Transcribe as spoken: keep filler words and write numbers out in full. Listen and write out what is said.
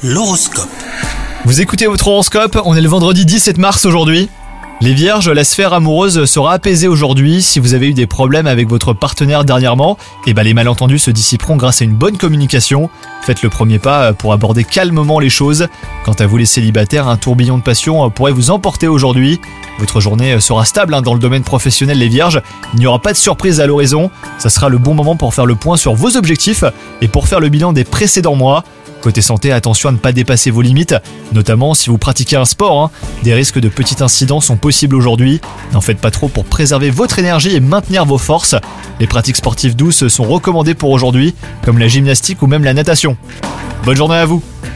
L'horoscope. Vous écoutez votre horoscope, on est le vendredi dix-sept mars aujourd'hui. Les vierges, la sphère amoureuse sera apaisée aujourd'hui. Si vous avez eu des problèmes avec votre partenaire dernièrement, et ben les malentendus se dissiperont grâce à une bonne communication. Faites le premier pas pour aborder calmement les choses. Quant à vous les célibataires, un tourbillon de passion pourrait vous emporter aujourd'hui. Votre journée sera stable dans le domaine professionnel les vierges. Il n'y aura pas de surprise à l'horizon. Ça sera le bon moment pour faire le point sur vos objectifs et pour faire le bilan des précédents mois. Côté santé, attention à ne pas dépasser vos limites, notamment si vous pratiquez un sport. Hein. Des risques de petits incidents sont possibles aujourd'hui. N'en faites pas trop pour préserver votre énergie et maintenir vos forces. Les pratiques sportives douces sont recommandées pour aujourd'hui, comme la gymnastique ou même la natation. Bonne journée à vous!